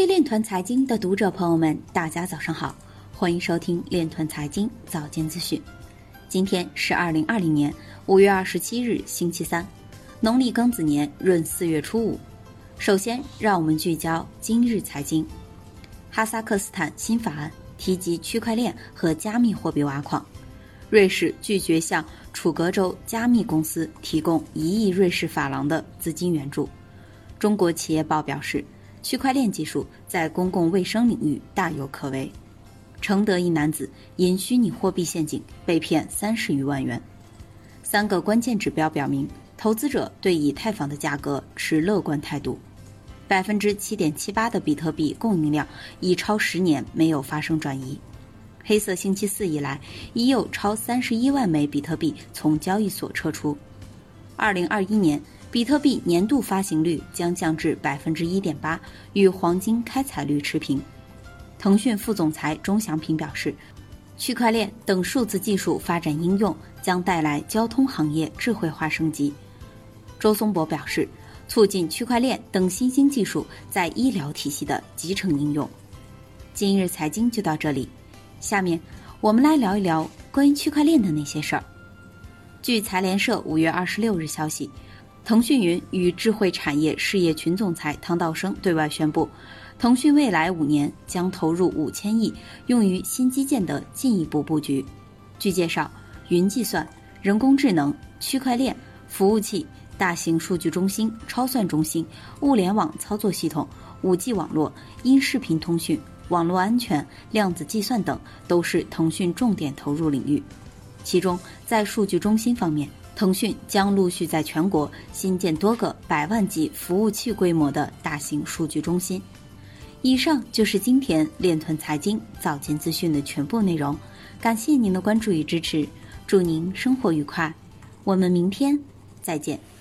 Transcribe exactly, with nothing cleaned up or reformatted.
链团财经的读者朋友们，大家早上好，欢迎收听链团财经早间资讯。今天是二零二零年五月二十七日，星期三，农历庚子年闰四月初五。首先，让我们聚焦今日财经。哈萨克斯坦新法案提及区块链和加密货币挖矿。瑞士拒绝向楚格州加密公司提供一亿瑞士法郎的资金援助。中国企业报表示，区块链技术在公共卫生领域大有可为。承德一男子因虚拟货币陷阱被骗三十余万元。三个关键指标表明，投资者对以太坊的价格持乐观态度。百分之七点七八的比特币供应量已超十年没有发生转移。黑色星期四以来，已有超三十一万枚比特币从交易所撤出。二零二一年，比特币年度发行率将降至百分之一点八，与黄金开采率持平。腾讯副总裁钟祥平表示，区块链等数字技术发展应用将带来交通行业智慧化升级。周松博表示，促进区块链等新兴技术在医疗体系的集成应用。今日财经就到这里，下面我们来聊一聊关于区块链的那些事儿。据财联社五月二十六日消息，腾讯云与智慧产业事业群总裁汤道生对外宣布，腾讯未来五年将投入五千亿用于新基建的进一步布局。据介绍，云计算、人工智能、区块链、服务器、大型数据中心、超算中心、物联网操作系统、五 G 网络、音视频通讯、网络安全、量子计算等都是腾讯重点投入领域。其中，在数据中心方面，腾讯将陆续在全国新建多个百万级服务器规模的大型数据中心。以上就是今天链团财经早间资讯的全部内容，感谢您的关注与支持，祝您生活愉快，我们明天再见。